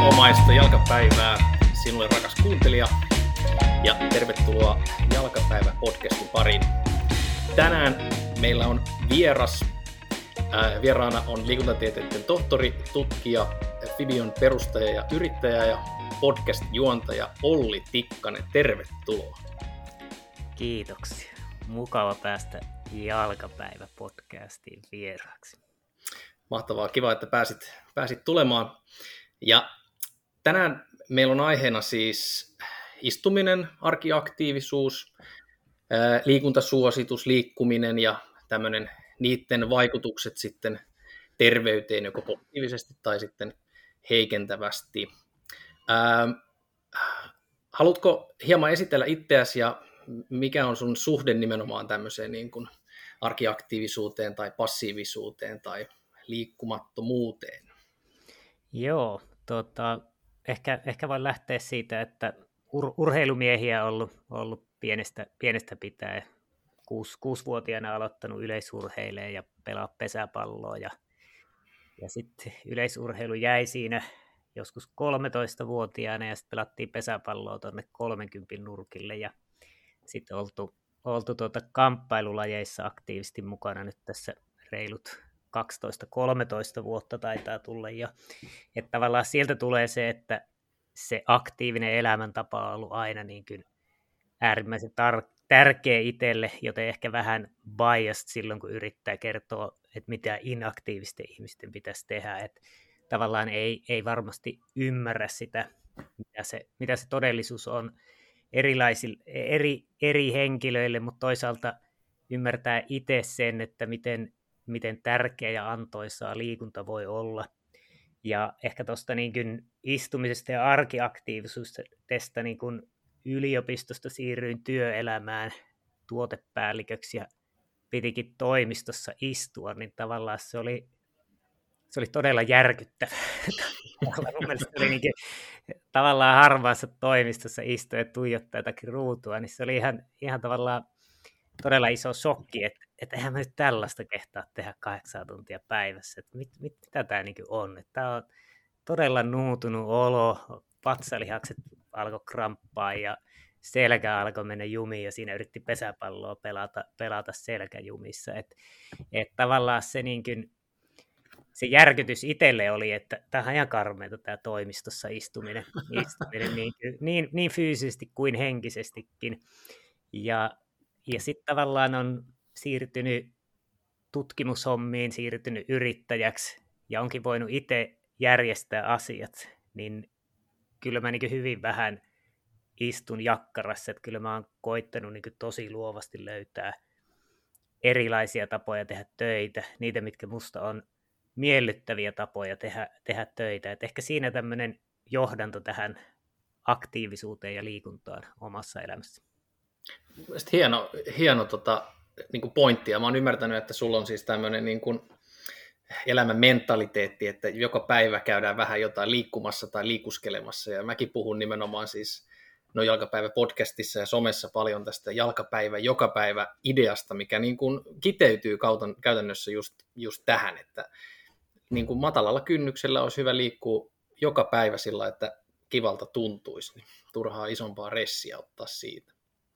Erinomaista jalkapäivää sinulle, rakas kuuntelija, ja tervetuloa Jalkapäivä-podcastin pariin. Tänään meillä on vieras. Vieraana on liikuntatieteiden tohtori, tutkija, Fibion perustaja ja yrittäjä ja podcast-juontaja Olli Tikkanen. Tervetuloa. Kiitoksia. Mukava päästä Jalkapäivä-podcastiin vieraaksi. Mahtavaa, kiva, että pääsit tulemaan. Ja tänään meillä on aiheena siis istuminen, arkiaktiivisuus, liikuntasuositus, liikkuminen ja tämmöinen niiden vaikutukset sitten terveyteen joko positiivisesti tai sitten heikentävästi. Haluatko hieman esitellä itseäsi ja mikä on sun suhde nimenomaan tämmöiseen niin kuin arkiaktiivisuuteen tai passiivisuuteen tai liikkumattomuuteen? Joo, ehkä voin lähteä siitä, että urheilumiehiä on ollut pienestä pitäen. 6-vuotiaana aloittanut yleisurheilemaan ja pelaa pesäpalloa. Ja sitten yleisurheilu jäi siinä joskus 13-vuotiaana ja sitten pelattiin pesäpalloa tuonne 30 nurkille. Ja sitten oltu kamppailulajeissa aktiivisesti mukana nyt tässä reilut 12-13 vuotta taitaa tulla jo. Että tavallaan sieltä tulee se, että se aktiivinen elämäntapa on ollut aina niin kuin äärimmäisen tärkeä itselle, joten ehkä vähän biased silloin, kun yrittää kertoa, että mitä inaktiivisten ihmisten pitäisi tehdä. Että tavallaan ei varmasti ymmärrä sitä, mitä se todellisuus on eri henkilöille, mutta toisaalta ymmärtää itse sen, että miten tärkeä ja antoisaa liikunta voi olla. Ja ehkä tuosta niin kuin istumisesta ja arkiaktiivisuudesta niin kuin yliopistosta siirryin työelämään tuotepäälliköksi ja pitikin toimistossa istua, niin tavallaan se oli todella järkyttävää. Mun mielestä se oli niin kuin, tavallaan harvaassa toimistossa istua ja tuijottaa jotakin ruutua, niin se oli ihan tavallaan todella iso shokki, että eihän mä nyt tällaista kehtaa tehdä 8 tuntia päivässä, että mitä tämä niin on. Tämä on todella nuutunut olo, vatsalihakset alkoi kramppaa ja selkä alkoi mennä jumiin ja siinä yritti pesäpalloa pelata selkäjumissa. Että tavallaan se, niin kuin, se järkytys itselle oli, että tämä on ihan karmeita tämä toimistossa istuminen niin fyysisesti kuin henkisestikin. Ja sitten tavallaan on siirtynyt tutkimushommiin, siirtynyt yrittäjäksi ja onkin voinut itse järjestää asiat, niin kyllä mä niin hyvin vähän istun jakkarassa, että kyllä mä oon koittanut niin tosi luovasti löytää erilaisia tapoja tehdä töitä, niitä mitkä musta on miellyttäviä tapoja tehdä töitä. Et ehkä siinä tämmöinen johdanto tähän aktiivisuuteen ja liikuntaan omassa elämässä. Hieno niin kuin pointti, ja mä oon ymmärtänyt, että sulla on siis tämmöinen niin kuin elämän mentaliteetti, että joka päivä käydään vähän jotain liikkumassa tai liikuskelemassa, ja mäkin puhun nimenomaan siis Jalkapäivä-podcastissa ja somessa paljon tästä jalkapäivä, joka päivä ideasta, mikä niin kuin kiteytyy käytännössä just tähän, että niin kuin matalalla kynnyksellä olisi hyvä liikkua joka päivä sillä, että kivalta tuntuisi, niin turhaa isompaa ressiä ottaa siitä.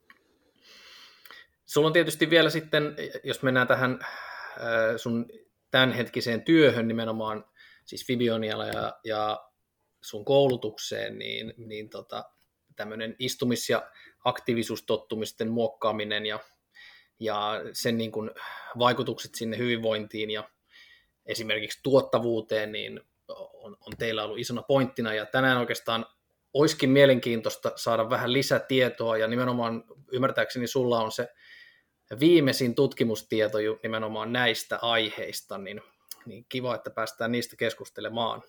Sulla on tietysti vielä sitten, jos mennään tähän sun tämänhetkiseen työhön nimenomaan, siis Fibionialla ja sun koulutukseen, niin tämmöinen istumis- ja aktiivisuustottumisten muokkaaminen ja sen niin kuin vaikutukset sinne hyvinvointiin ja esimerkiksi tuottavuuteen, niin on teillä ollut isona pointtina, ja tänään oikeastaan olisikin mielenkiintoista saada vähän lisätietoa, ja nimenomaan ymmärtääkseni sulla on se viimeisin tutkimustieto nimenomaan näistä aiheista, niin kiva, että päästään niistä keskustelemaan.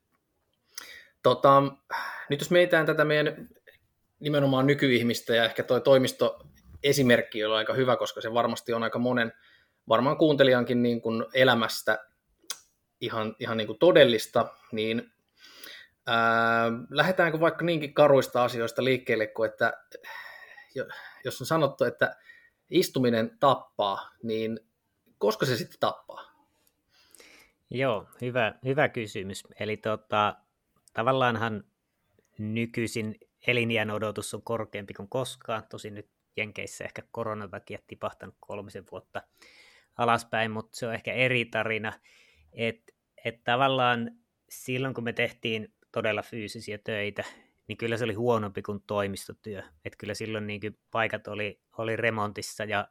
Nyt jos mietitään tätä meidän nimenomaan nykyihmistä, ja ehkä tuo toimistoesimerkki on aika hyvä, koska se varmasti on aika monen varmaan kuuntelijankin niin kuin elämästä ihan niin kuin todellista, niin lähdetäänkö vaikka niinkin karuista asioista liikkeelle, kuin että jos on sanottu, että istuminen tappaa, niin koska se sitten tappaa? Joo, hyvä kysymys. Eli tavallaanhan nykyisin eliniän odotus on korkeampi kuin koskaan, tosin nyt Jenkeissä ehkä koronan takia tipahtanut 3 vuotta alaspäin, mutta se on ehkä eri tarina, että tavallaan silloin kun me tehtiin todella fyysisiä töitä, niin kyllä se oli huonompi kuin toimistotyö, että kyllä silloin niin kuin paikat oli remontissa ja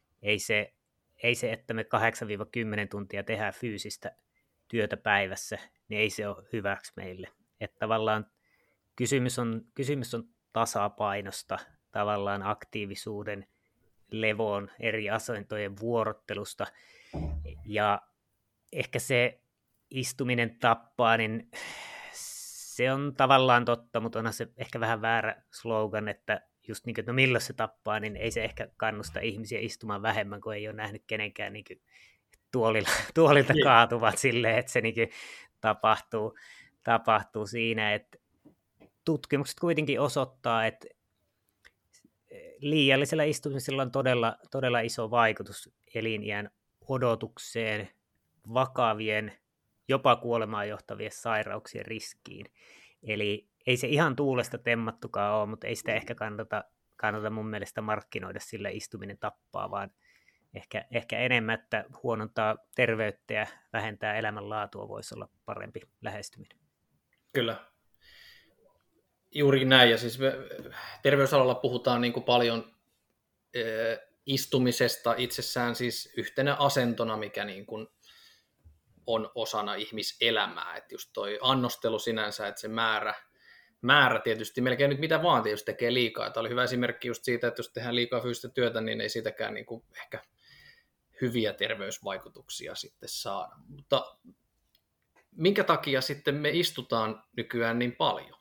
ei se, että me 8-10 tuntia tehdään fyysistä työtä päivässä, niin ei se ole hyväksi meille. Että tavallaan kysymys on tasapainosta, tavallaan aktiivisuuden, levoon, eri asentojen vuorottelusta. Ja ehkä se istuminen tappaa, niin se on tavallaan totta, mutta onhan se ehkä vähän väärä slogan, että just niin kuin, että no milloin se tappaa, niin ei se ehkä kannusta ihmisiä istumaan vähemmän, kun ei ole nähnyt kenenkään niin kuin tuolilta kaatuvat silleen, että se niin kuin tapahtuu siinä, että tutkimukset kuitenkin osoittaa, että liiallisella istumisella on todella iso vaikutus eliniän odotukseen, vakavien, jopa kuolemaan johtavien sairauksien riskiin. Eli ei se ihan tuulesta temmattukaan ole, mutta ei sitä ehkä kannata mun mielestä markkinoida sillä istuminen tappaa, vaan ehkä enemmän, että huonontaa terveyttä ja vähentää elämänlaatua voisi olla parempi lähestyminen. Kyllä. Juuri näin, ja siis terveysalalla puhutaan niin kuin paljon istumisesta itsessään siis yhtenä asentona, mikä niin kuin on osana ihmiselämää, että just toi annostelu sinänsä, että se määrä tietysti, melkein nyt mitä vaan tietysti tekee liikaa. Tämä oli hyvä esimerkki just siitä, että jos tehdään liikaa fyysistä työtä, niin ei siitäkään niin kuin ehkä hyviä terveysvaikutuksia sitten saada. Mutta minkä takia sitten me istutaan nykyään niin paljon?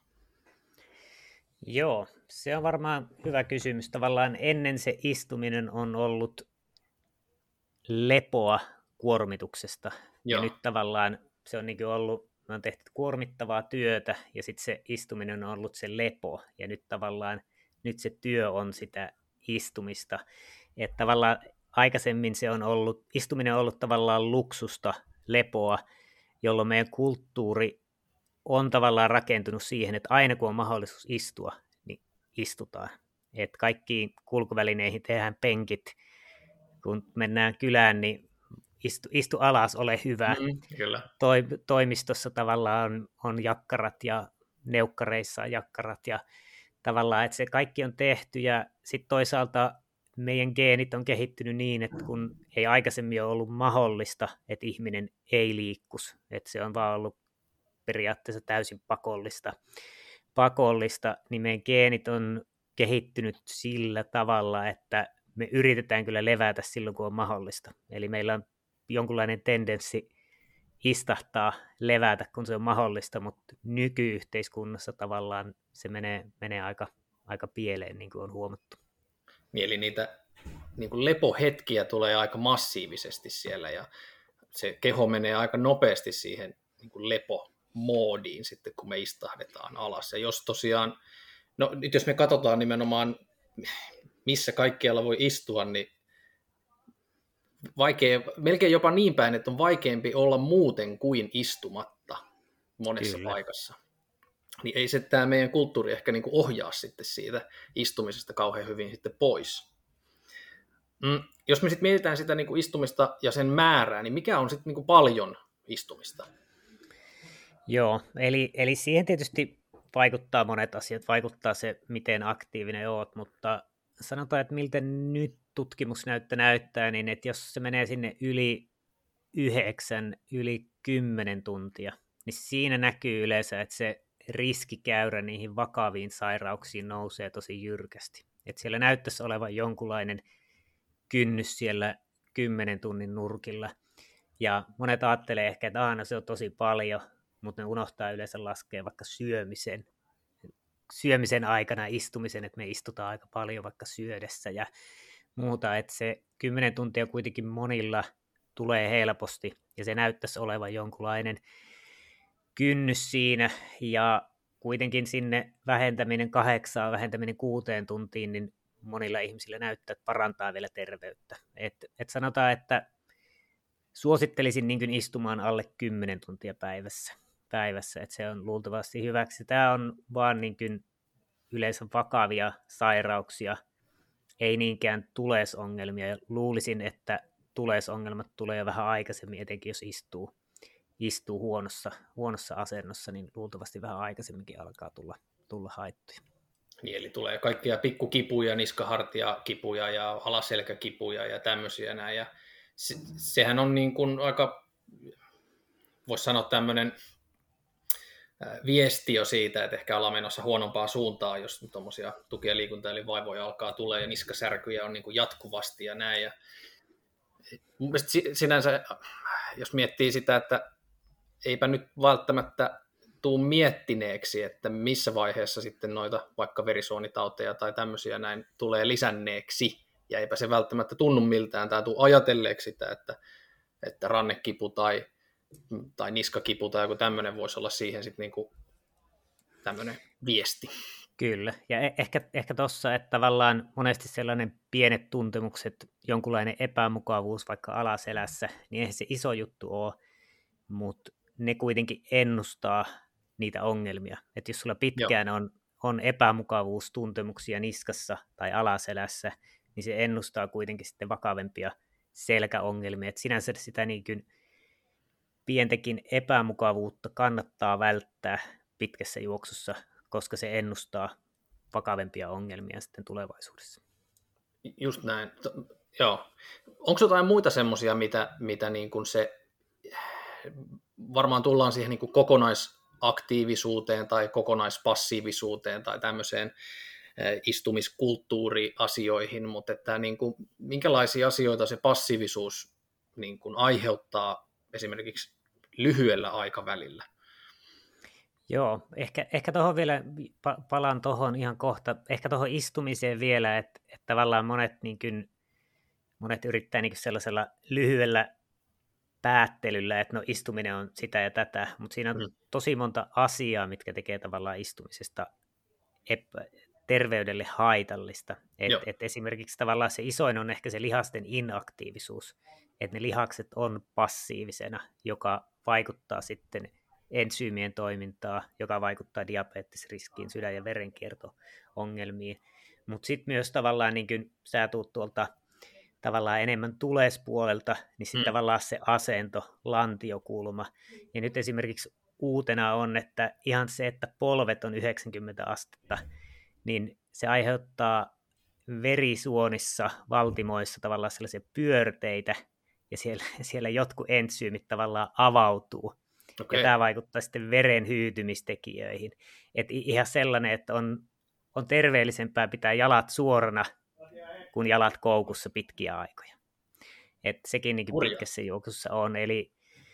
Joo, se on varmaan hyvä kysymys. Tavallaan ennen se istuminen on ollut lepoa kuormituksesta. Joo. Ja nyt tavallaan se on niin kuin ollut, me on tehty kuormittavaa työtä ja sitten se istuminen on ollut se lepo. Ja nyt tavallaan nyt se työ on sitä istumista. Että tavallaan aikaisemmin se on ollut, istuminen on ollut tavallaan luksusta, lepoa, jolloin meidän kulttuuri on tavallaan rakentunut siihen, että aina kun on mahdollisuus istua, niin istutaan. Että kaikkiin kulkuvälineihin tehdään penkit. Kun mennään kylään, niin istu alas, ole hyvä. Kyllä. Toimistossa tavallaan on jakkarat ja neukkareissa on jakkarat. Ja tavallaan, että se kaikki on tehty. Ja sitten toisaalta meidän geenit on kehittynyt niin, että kun ei aikaisemmin ole ollut mahdollista, että ihminen ei liikkuisi. Että se on vaan ollut periaatteessa täysin pakollista, niin meidän geenit on kehittynyt sillä tavalla, että me yritetään kyllä levätä silloin, kun on mahdollista. Eli meillä on jonkunlainen tendenssi istahtaa, levätä, kun se on mahdollista, mutta nykyyhteiskunnassa tavallaan se menee aika pieleen, niin kuin on huomattu. Eli niitä niin kuin lepohetkiä tulee aika massiivisesti siellä, ja se keho menee aika nopeasti siihen niin kuin lepomoodiin sitten, kun me istahdetaan alas. Ja jos tosiaan, no nyt jos me katsotaan nimenomaan, missä kaikkialla voi istua, niin melkein jopa niin päin, että on vaikeampi olla muuten kuin istumatta monessa Kyllä. paikassa. Niin ei se tämä meidän kulttuuri ehkä niin kuin ohjaa sitten siitä istumisesta kauhean hyvin sitten pois. Jos me sitten mietitään sitä niin kuin istumista ja sen määrää, niin mikä on sitten niin kuin paljon istumista? Joo, eli siihen tietysti vaikuttaa monet asiat, vaikuttaa se, miten aktiivinen oot, mutta sanotaan, että miltä nyt tutkimusnäyttö näyttää, niin että jos se menee sinne yli 9, yli 10 tuntia, niin siinä näkyy yleensä, että se riskikäyrä niihin vakaviin sairauksiin nousee tosi jyrkästi. Että siellä näyttäisi olevan jonkunlainen kynnys siellä 10 tunnin nurkilla. Ja monet ajattelee ehkä, että no se on tosi paljon, mutta ne unohtaa yleensä laskea vaikka syömisen aikana istumisen, että me istutaan aika paljon vaikka syödessä ja muuta, että se 10 tuntia kuitenkin monilla tulee helposti ja se näyttäisi olevan jonkunlainen kynnys siinä ja kuitenkin sinne vähentäminen 8, vähentäminen 6 tuntiin, niin monilla ihmisillä näyttää, että parantaa vielä terveyttä. Et sanotaan, että suosittelisin niin kuin istumaan alle 10 tuntia päivässä. päivässä, että se on luultavasti hyväksi. Tämä on vaan niin kuin yleensä vakavia sairauksia, ei niinkään tulesongelmia. Ja luulisin, että tulesongelmat tulee jo vähän aikaisemmin, etenkin jos istuu huonossa asennossa, niin luultavasti vähän aikaisemminkin alkaa tulla haittoja. Niin, eli tulee kaikkia pikkukipuja, niskahartiakipuja ja alaselkäkipuja ja tämmöisiä näin. Ja sehän on niin kuin aika, voisi sanoa tämmöinen viesti jo siitä, että ehkä ollaan menossa huonompaa suuntaan, jos tuommoisia tuki- ja liikuntaelinvaivoja alkaa tulla ja niskasärkyjä on niin kuin jatkuvasti ja näin. Ja mun mielestä sinänsä, jos miettii sitä, että eipä nyt välttämättä tuu miettineeksi, että missä vaiheessa sitten noita vaikka verisuonitauteja tai tämmöisiä näin tulee lisänneeksi, ja eipä se välttämättä tunnu miltään, tai tuu ajatelleeksi sitä, että rannekipu tai niskakipu tai joku tämmöinen voisi olla siihen sitten niinku tämmöinen viesti. Kyllä, ja ehkä tuossa, että tavallaan monesti sellainen pienet tuntemukset, jonkunlainen epämukavuus vaikka alaselässä, niin eihän se iso juttu ole, mutta ne kuitenkin ennustaa niitä ongelmia. Että jos sulla pitkään on epämukavuustuntemuksia niskassa tai alaselässä, niin se ennustaa kuitenkin sitten vakavempia selkäongelmia. Et sinänsä sitä niin kuin pientäkin epämukavuutta kannattaa välttää pitkässä juoksussa, koska se ennustaa vakavempia ongelmia sitten tulevaisuudessa. Just näin. Joo. Onko jotain muita semmoisia, mitä niin kuin se, varmaan tullaan siihen niin kuin kokonaisaktiivisuuteen tai kokonaispassiivisuuteen tai tämmöiseen istumiskulttuuriasioihin, mutta että niin kuin, minkälaisia asioita se passiivisuus niin kuin aiheuttaa esimerkiksi lyhyellä aikavälillä? Joo, ehkä tuohon vielä, palaan tuohon ihan kohta, ehkä tuohon istumiseen vielä, että tavallaan monet yrittää niin kuin sellaisella lyhyellä päättelyllä, että no istuminen on sitä ja tätä, mutta siinä on tosi monta asiaa, mitkä tekee tavallaan istumisesta terveydelle haitallista. Et esimerkiksi tavallaan se isoin on ehkä se lihasten inaktiivisuus, että ne lihakset on passiivisena, joka vaikuttaa sitten entsyymien toimintaa, joka vaikuttaa diabetesriskiin, sydän- ja verenkierto-ongelmiin. Mutta sitten myös tavallaan, niin kuin sä tuut tuolta tavallaan enemmän tulespuolelta, niin sitten tavallaan se asento, lantiokulma. Ja nyt esimerkiksi uutena on, että ihan se, että polvet on 90 astetta, niin se aiheuttaa verisuonissa, valtimoissa tavallaan sellaisia pyörteitä, ja siellä jotkut entsyymit tavallaan avautuu. Okay. Ja tämä vaikuttaa sitten veren hyytymistekijöihin. Et ihan sellainen, että on terveellisempää pitää jalat suorana kuin jalat koukussa pitkiä aikoja. Et sekin niin pitkässä juoksussa on. Eli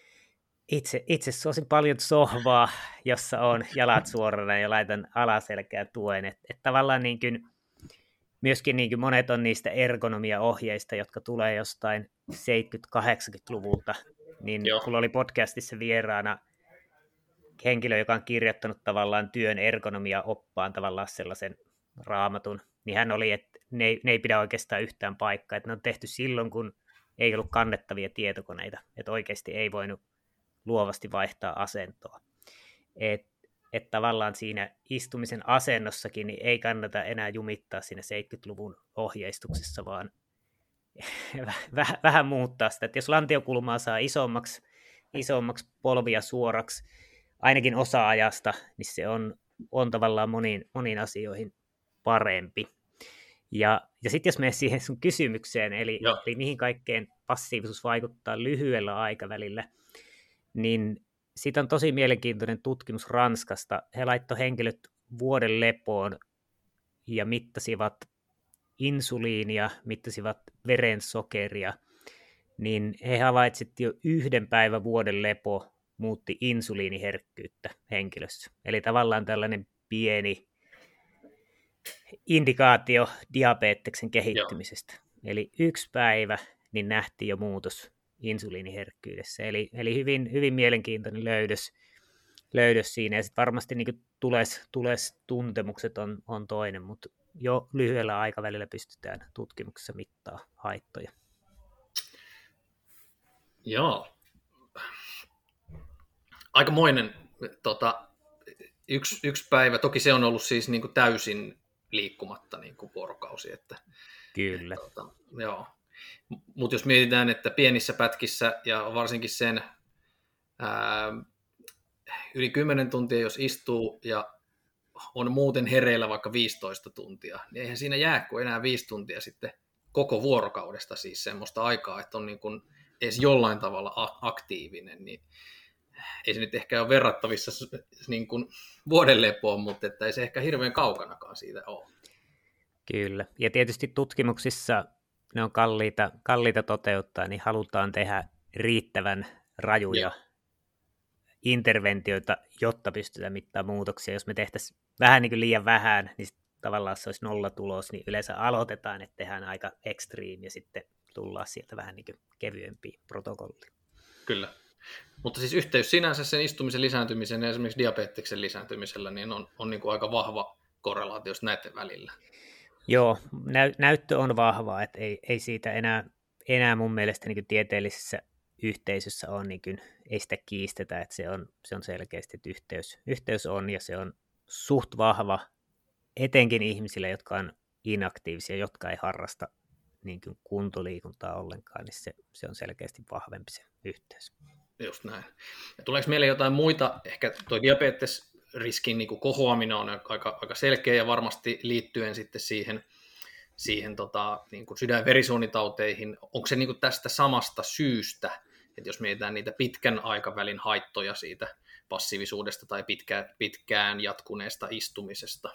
itse suosin paljon sohvaa, jossa on jalat suorana ja laitan alaselkää tuen. Et tavallaan niin kuin, myöskin niin kuin monet on niistä ergonomia-ohjeista, jotka tulee jostain 70-80-luvulta. Niin mulla oli podcastissa vieraana henkilö, joka on kirjoittanut tavallaan työn ergonomia-oppaan tavallaan sellaisen raamatun, niin hän oli, että ne ei pidä oikeastaan yhtään paikkaa, että ne on tehty silloin, kun ei ollut kannettavia tietokoneita, että oikeasti ei voinut luovasti vaihtaa asentoa. Että tavallaan siinä istumisen asennossakin niin ei kannata enää jumittaa siinä 70-luvun ohjeistuksessa, vaan vähän muuttaa sitä, että jos lantiokulmaa saa isommaksi polvia suoraksi, ainakin osa-ajasta, niin se on tavallaan moniin asioihin parempi. Ja sitten jos menen siihen sun kysymykseen, eli mihin kaikkeen passiivisuus vaikuttaa lyhyellä aikavälillä, niin siitä on tosi mielenkiintoinen tutkimus Ranskasta. He laittoi henkilöt vuoden lepoon ja mittasivat insuliinia, mittasivat verensokeria, niin he havaitsivat jo 1 päivän vuoden lepo muutti insuliiniherkkyyttä henkilössä. Eli tavallaan tällainen pieni indikaatio diabeteksen kehittymisestä. Eli 1 päivä, niin nähtiin jo muutos insuliiniherkkyydessä. Eli hyvin mielenkiintoinen löydös siinä. Ja sitten varmasti niin tuntemukset on toinen, mutta jo lyhyellä aikavälillä pystytään tutkimuksessa mittaa haittoja. Joo. Aikamoinen yksi päivä, toki se on ollut siis niin kuin täysin liikkumatta niin kuin vuorokausi, että Kyllä. Joo. Mutta jos mietitään, että pienissä pätkissä ja varsinkin sen yli 10 tuntia, jos istuu ja on muuten hereillä vaikka 15 tuntia, niin eihän siinä jää kuin enää 5 tuntia sitten koko vuorokaudesta siis semmoista aikaa, että on niin kuin edes jollain tavalla aktiivinen, niin ei se nyt ehkä ole verrattavissa niin kuin vuoden lepoon, mutta että ei se ehkä hirveän kaukanakaan siitä ole. Kyllä, ja tietysti tutkimuksissa ne on kalliita toteuttaa, niin halutaan tehdä riittävän rajuja interventioita, jotta pystytään mittaamaan muutoksia. Jos me tehtäisiin vähän niin kuin liian vähän, niin tavallaan se olisi nollatulos, niin yleensä aloitetaan, että tehdään aika extreme ja sitten tullaan sieltä vähän niin kuin kevyempiin protokolliin. Kyllä. Mutta siis yhteys sinänsä sen istumisen lisääntymisen ja esimerkiksi diabeteksen lisääntymisellä niin on niin kuin aika vahva korrelaatio näiden välillä. Joo, näyttö on vahvaa, että ei siitä enää mun mielestä niin kuin tieteellisessä yhteisössä on, niin kuin, ei sitä kiistetä, että se on selkeästi, että yhteys on ja se on suht vahva, etenkin ihmisille, jotka on inaktiivisia, jotka ei harrasta niin kuin kuntoliikuntaa ollenkaan, niin se on selkeästi vahvempi se yhteys. Just näin. Ja tuleeko meille jotain muita, ehkä tuo diabetesriskin niin kuin kohoaminen on aika selkeä ja varmasti liittyen sitten siihen niin kuin sydän- ja verisuonitauteihin, onko se niin kuin tästä samasta syystä, että jos mietitään niitä pitkän aikavälin haittoja siitä passiivisuudesta tai pitkään jatkuneesta istumisesta?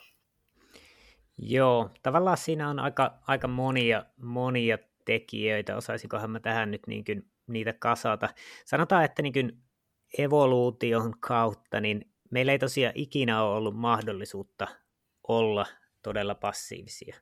Joo, tavallaan siinä on aika monia tekijöitä, osaisinkohan mä tähän nyt niin kuin niitä kasata. Sanotaan, että niin kuin evoluution kautta, niin meillä ei tosiaan ikinä ole ollut mahdollisuutta olla todella passiivisia.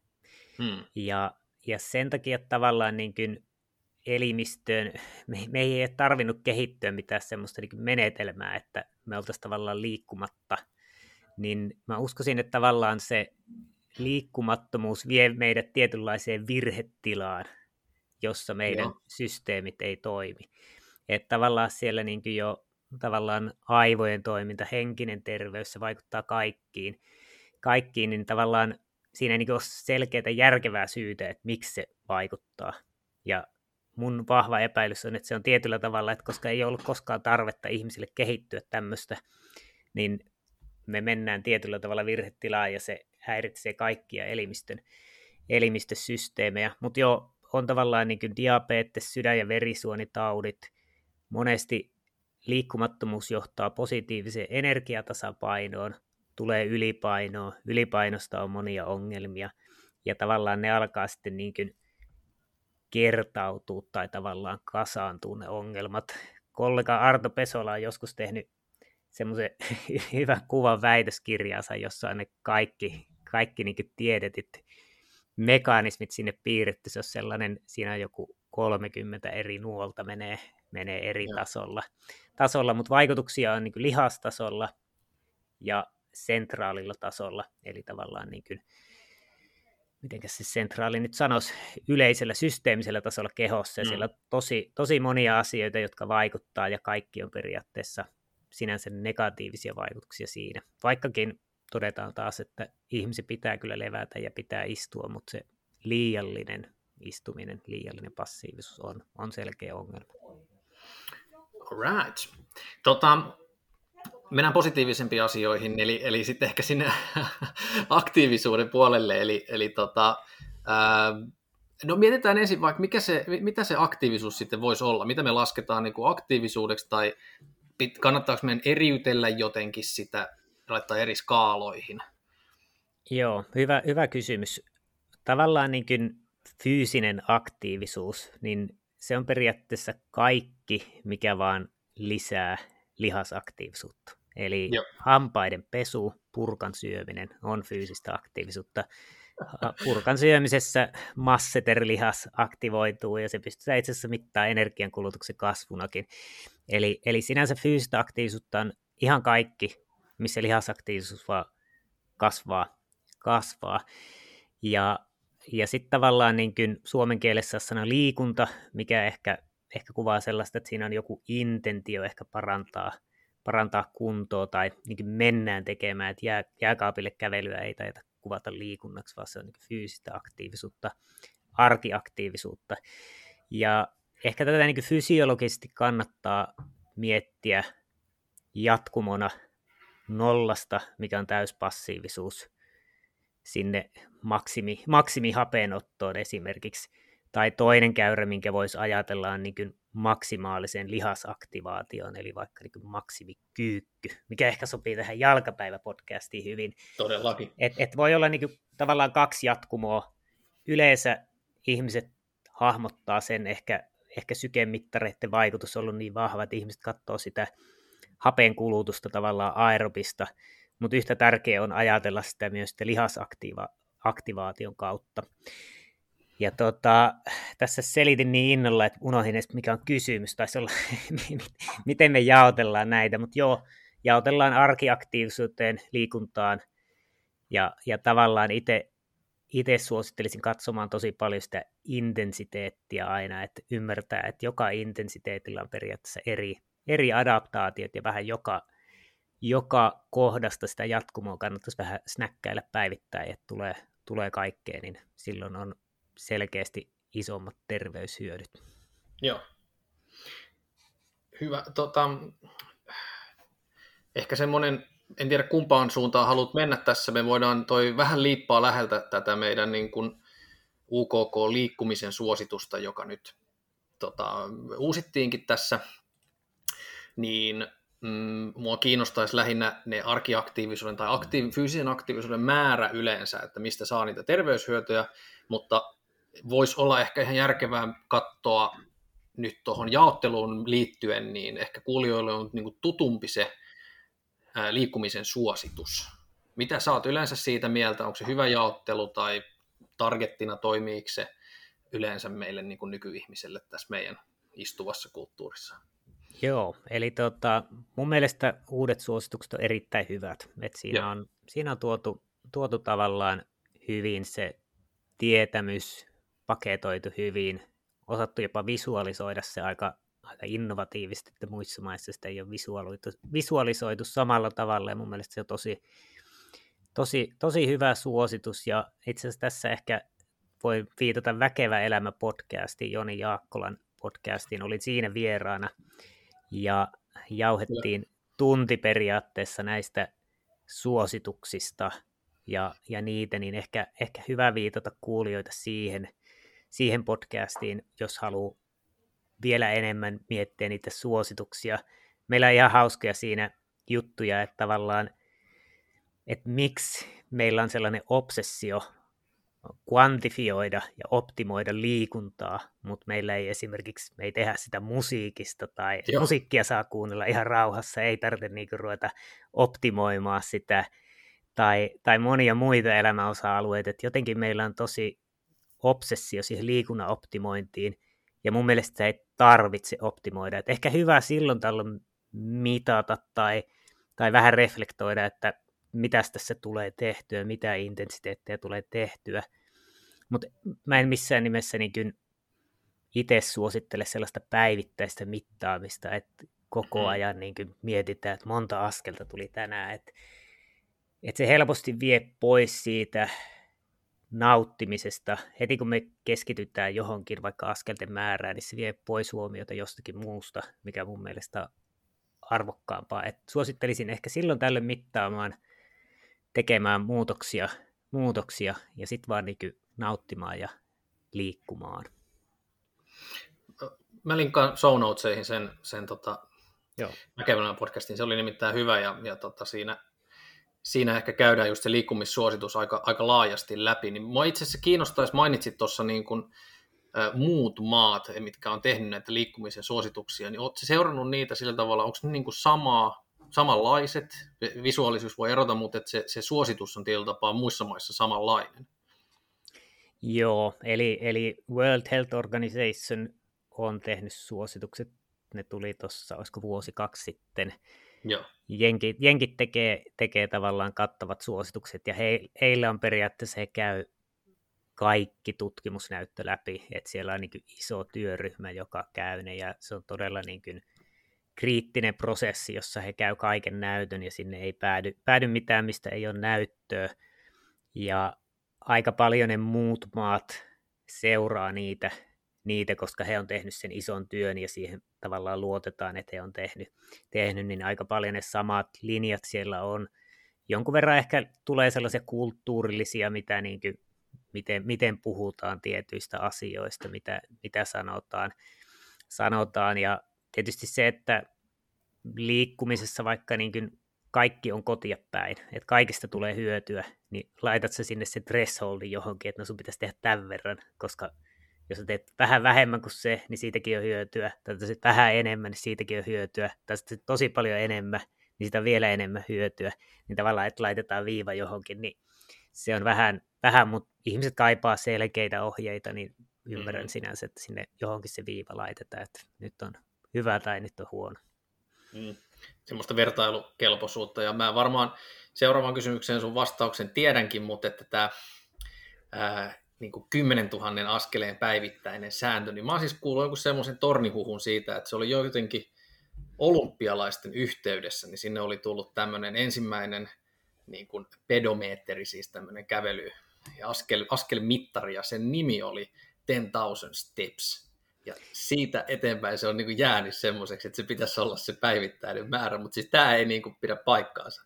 Ja sen takia tavallaan niin kuin elimistöön, me ei ole tarvinnut kehittyä mitään semmoista niin kuin menetelmää, että me oltaisiin tavallaan liikkumatta, niin mä uskoisin, että tavallaan se liikkumattomuus vie meidät tietynlaiseen virhetilaan, jossa meidän systeemit ei toimi. Että tavallaan siellä niin kuin jo tavallaan aivojen toiminta, henkinen terveys, se vaikuttaa kaikkiin, niin tavallaan siinä ei niin kuin ole selkeää järkevää syytä, että miksi se vaikuttaa. Ja mun vahva epäilys on, että se on tietyllä tavalla, että koska ei ollut koskaan tarvetta ihmisille kehittyä tämmöistä, niin me mennään tietyllä tavalla virhetilaan ja se häiritsee kaikkia elimistösysteemejä. Mutta joo, on tavallaan niin kuin diabetes, sydän- ja verisuonitaudit. Monesti liikkumattomuus johtaa positiiviseen energiatasapainoon, tulee ylipainoa, ylipainosta on monia ongelmia, ja tavallaan ne alkaa sitten niin kuin kertautua tai tavallaan kasaantua ne ongelmat. Kollega Arto Pesola on joskus tehnyt semmoisen hyvän kuvan väitöskirjaansa, jossa on ne kaikki niin kuin tiedetyt mekanismit sinne piirretty. Se on sellainen, siinä on joku 30 eri nuolta menee eri tasolla, mutta vaikutuksia on niin kuin lihastasolla ja sentraalilla tasolla, eli tavallaan niin kuin, mitenkäs se sentraali nyt sanoisi, yleisellä systeemisellä tasolla kehossa, ja siellä on tosi monia asioita, jotka vaikuttaa, ja kaikki on periaatteessa sinänsä negatiivisia vaikutuksia siinä. Vaikkakin todetaan taas, että ihmisen pitää kyllä levätä ja pitää istua, mutta se liiallinen istuminen, liiallinen passiivisuus on selkeä ongelma. Alright. Mennään positiivisempiin asioihin, eli sitten ehkä sinne aktiivisuuden puolelle. No mietitään ensin vaikka, mitä se aktiivisuus sitten voisi olla, mitä me lasketaan niin kuin aktiivisuudeksi, tai kannattaako meidän eriytellä jotenkin sitä, laittaa eri skaaloihin? Joo, hyvä kysymys. Tavallaan niin kuin fyysinen aktiivisuus, niin se on periaatteessa kaikki, mikä vaan lisää lihasaktiivisuutta. Eli hampaiden pesu, purkan syöminen on fyysistä aktiivisuutta. Purkan syömisessä masseterlihas aktivoituu ja se pystytään itse asiassa mittaamaan energiankulutuksen kasvunakin. Eli sinänsä fyysistä aktiivisuutta on ihan kaikki, missä lihasaktiivisuus vaan kasvaa. Ja sitten tavallaan niin kuin suomen kielessä sana liikunta, mikä ehkä kuvaa sellaista, että siinä on joku intentio ehkä parantaa kuntoa tai niin kuin mennään tekemään, että jääkaapille kävelyä ei taida kuvata liikunnaksi, vaan se on niin kuin fyysistä aktiivisuutta, arkiaktiivisuutta. Ja ehkä tätä niin kuin fysiologisesti kannattaa miettiä jatkumona nollasta, mikä on täyspassiivisuus, sinne maksimihapeenottoon esimerkiksi. Tai toinen käyrä, minkä voisi ajatella, on niin kuin maksimaalisen lihasaktivaation, eli vaikka niin kuin maksimikyykky, mikä ehkä sopii tähän jalkapäiväpodcastiin hyvin. Todellakin. Et voi olla niin kuin tavallaan kaksi jatkumoa. Yleensä ihmiset hahmottaa sen, ehkä sykemittareiden vaikutus on ollut niin vahva, että ihmiset katsoo sitä hapen kulutusta tavallaan aerobista, mutta yhtä tärkeää on ajatella sitä myös lihasaktivaation kautta. Ja tässä selitin niin innolla, että unohdin edes, mikä on kysymys, taisi olla, miten me jaotellaan näitä, mutta joo, jaotellaan arkiaktiivisuuteen, liikuntaan, ja tavallaan itse suosittelisin katsomaan tosi paljon sitä intensiteettiä aina, että ymmärtää, että joka intensiteetillä on periaatteessa eri adaptaatiot, ja vähän joka kohdasta sitä jatkumoa kannattaisi vähän snäkkäillä päivittäin, että tulee kaikkea, niin silloin on selkeästi isommat terveyshyödyt. Joo. Hyvä. Ehkä semmoinen, en tiedä kumpaan suuntaan haluat mennä tässä, me voidaan vähän liippaa läheltä tätä meidän niin kuin UKK-liikkumisen suositusta, joka nyt uusittiinkin tässä, niin mua kiinnostaisi lähinnä ne arkiaktiivisuuden tai fyysisen aktiivisuuden määrä yleensä, että mistä saa niitä terveyshyötyjä, mutta voisi olla ehkä ihan järkevää katsoa nyt tuohon jaotteluun liittyen, niin ehkä kuulijoille on niin kuin tutumpi se liikkumisen suositus. Mitä sä oot yleensä siitä mieltä? Onko se hyvä jaottelu tai targettina toimiiko se yleensä meille niin kuin nykyihmiselle tässä meidän istuvassa kulttuurissa? Joo, eli mun mielestä uudet suositukset on erittäin hyvät. Et siinä on tuotu tavallaan hyvin se tietämys, paketoitu hyvin, osattu jopa visualisoida se aika innovatiivisesti, että muissa maissa sitä ei ole visualisoitu samalla tavalla, ja mun mielestä se on tosi hyvä suositus, ja itse asiassa tässä ehkä voi viitata Väkevä elämä -podcastiin, Joni Jaakkolan podcastiin, olin siinä vieraana, ja jauhettiin tunti periaatteessa näistä suosituksista ja niitä, niin ehkä hyvä viitata kuulijoita siihen podcastiin, jos haluaa vielä enemmän miettiä niitä suosituksia. Meillä on ihan hauskoja siinä juttuja, että tavallaan, että miksi meillä on sellainen obsessio kvantifioida ja optimoida liikuntaa, mutta meillä ei esimerkiksi, me ei tehdä sitä musiikista tai musiikkia saa kuunnella ihan rauhassa, ei tarvitse niinku ruveta optimoimaan sitä tai monia muita elämäosa-alueita, että jotenkin meillä on tosi obsessio siihen liikunnan optimointiin, ja mun mielestä se ei tarvitse optimoida, että ehkä hyvä silloin tällöin mitata tai vähän reflektoida, että mitäs tässä tulee tehtyä, mitä intensiteettiä tulee tehtyä, mutta mä en missään nimessä niin itse suosittele sellaista päivittäistä mittaamista, että koko ajan niin mietitään, että monta askelta tuli tänään, että se helposti vie pois siitä nauttimisesta. Heti kun me keskitytään johonkin vaikka askelten määrään, niin se vie pois huomiota jostakin muusta, mikä mun mielestä on arvokkaampaa. Et suosittelisin ehkä silloin tällöin mittaamaan, tekemään muutoksia ja sitten vaan niin nauttimaan ja liikkumaan. Mä linkkaan show notesihin sen Väkevän podcastin. Se oli nimittäin hyvä ja siinä ehkä käydään just se liikkumissuositus aika laajasti läpi. Niin mua itse asiassa kiinnostaisi, mainitsit tuossa niin kuin muut maat, mitkä on tehnyt näitä liikkumisen suosituksia, niin oletko seurannut niitä sillä tavalla, onko ne niin kuin samanlaiset, visuaalisuus voi erota, mutta että se suositus on tietyllä tapaa muissa maissa samanlainen? Joo, eli World Health Organization on tehnyt suositukset, ne tuli tuossa, olisiko 1-2 sitten. Joo. Jenkit tekee tavallaan kattavat suositukset, ja heillä on periaatteessa, he käy kaikki tutkimusnäyttö läpi, että siellä on niin kuin iso työryhmä, joka käy ne, ja se on todella niin kuin kriittinen prosessi, jossa he käy kaiken näytön ja sinne ei päädy mitään, mistä ei ole näyttöä. Ja aika paljon ne muut maat seuraa niitä, koska he on tehnyt sen ison työn ja siihen tavallaan luotetaan, että he on tehnyt, niin aika paljon ne samat linjat siellä on. Jonkun verran ehkä tulee sellaisia kulttuurillisia, miten puhutaan tietyistä asioista, mitä sanotaan. Ja tietysti se, että liikkumisessa vaikka niin kuin kaikki on kotia päin, että kaikista tulee hyötyä, niin laitat sä sinne se thresholdin johonkin, että no sun pitäisi tehdä tämän verran, koska jos sä teet vähän vähemmän kuin se, niin siitäkin on hyötyä, tai jos vähän enemmän, niin siitäkin on hyötyä, tai sitten tosi paljon enemmän, niin sitä on vielä enemmän hyötyä, niin tavallaan, että laitetaan viiva johonkin, niin se on vähän mutta ihmiset kaipaa selkeitä ohjeita, niin ymmärrän sinänsä, että sinne johonkin se viiva laitetaan, että nyt on hyvä tai nyt on huono. Semmoista vertailukelpoisuutta, ja mä varmaan seuraavaan kysymykseen sun vastauksen tiedänkin, mutta että tämä niin 10 000 askeleen päivittäinen sääntö, niin mä oon siis kuullut jonkun semmoisen tornihuhun siitä, että se oli jotenkin olympialaisten yhteydessä, niin sinne oli tullut tämmöinen ensimmäinen niin kuin pedomeetteri, siis tämmöinen kävely- ja askelmittari, ja sen nimi oli 10,000 steps. Ja siitä eteenpäin se on niin kuin jäänyt semmoiseksi, että se pitäisi olla se päivittäinen määrä, mutta siis tämä ei niin kuin pidä paikkaansa.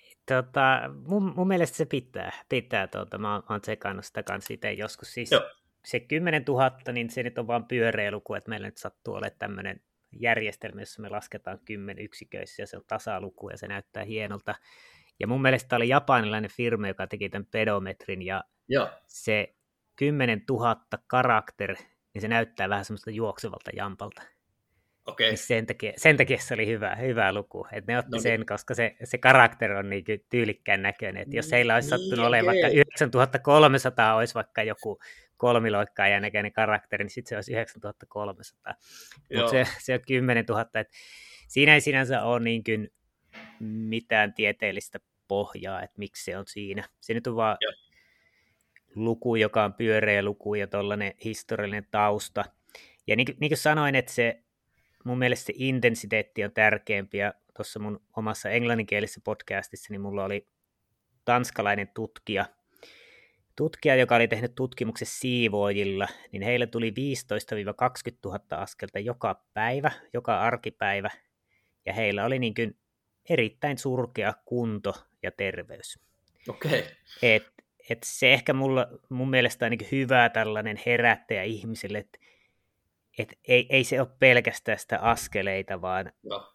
Mun mielestä se pitää mä oon tsekannut sitä kanssa itse joskus. Siis se 10 000, niin se nyt on vaan pyöreä luku, että meillä nyt sattuu olemaan tämmöinen järjestelmä, jossa me lasketaan 10 yksiköissä, ja se on tasaluku, ja se näyttää hienolta. Ja mun mielestä oli japanilainen firma, joka teki tämän pedometrin, ja se 10 000 karakter, niin se näyttää vähän semmoista juoksevalta jampalta. Okay. Niin sen takia se oli hyvä luku. Että ne otti sen, koska se karakter on niin tyylikkään näköinen. Että jos heillä olisi sattunut olemaan vaikka 9300 olisi vaikka joku kolmiloikkaajan näköinen karakteri, niin sitten se olisi 9300. Mutta se on 10 000. Että siinä ei sinänsä ole niin kuin mitään tieteellistä pohjaa, että miksi se on siinä. Se nyt on vaan luku, joka on pyöreä luku ja tuollainen historiallinen tausta. Ja niin kuin sanoin, että mun mielestä se intensiteetti on tärkeämpi, ja tuossa mun omassa englanninkielisessä podcastissa niin mulla oli tanskalainen tutkija, joka oli tehnyt tutkimuksen siivoojilla, niin heillä tuli 15-20 000 askelta joka päivä, joka arkipäivä, ja heillä oli niin kuin erittäin surkea kunto ja terveys. Okei. Et se ehkä mun mielestä on niin kuin hyvä tällainen herättäjä ihmisille, että ei se ole pelkästään sitä askeleita, vaan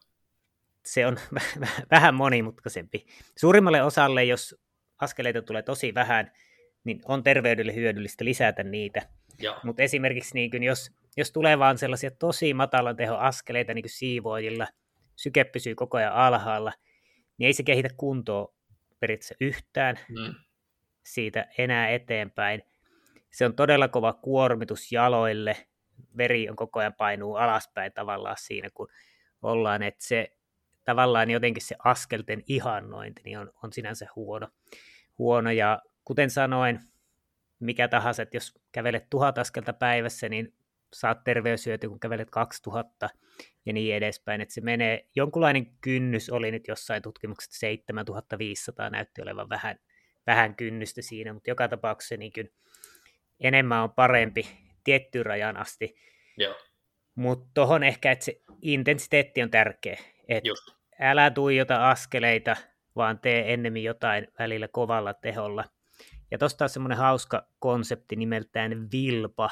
se on vähän monimutkaisempi. Suurimmalle osalle, jos askeleita tulee tosi vähän, niin on terveydelle hyödyllistä lisätä niitä. Mutta esimerkiksi niin jos tulee vaan sellaisia tosi matalan tehon askeleita niin kuin siivoojilla, syke pysyy koko ajan alhaalla, niin ei se kehitä kuntoa periaatteessa yhtään siitä enää eteenpäin. Se on todella kova kuormitus jaloille, veri on koko ajan painuu alaspäin tavallaan siinä, kun ollaan, että se tavallaan jotenkin se askelten ihannointi niin on sinänsä huono, ja kuten sanoin, mikä tahansa, että jos kävelet 1000 askelta päivässä, niin saat terveyshyötyä, kun kävelet 2000 ja niin edespäin, että se menee, jonkunlainen kynnys oli nyt jossain tutkimuksessa 7500, näytti olevan vähän kynnystä siinä, mutta joka tapauksessa niin kuin enemmän on parempi tiettyyn rajan asti. Mutta tuohon ehkä, että se intensiteetti on tärkeä. Et älä tuijota askeleita, vaan tee ennemmin jotain välillä kovalla teholla. Ja tuosta on semmoinen hauska konsepti nimeltään vilpa.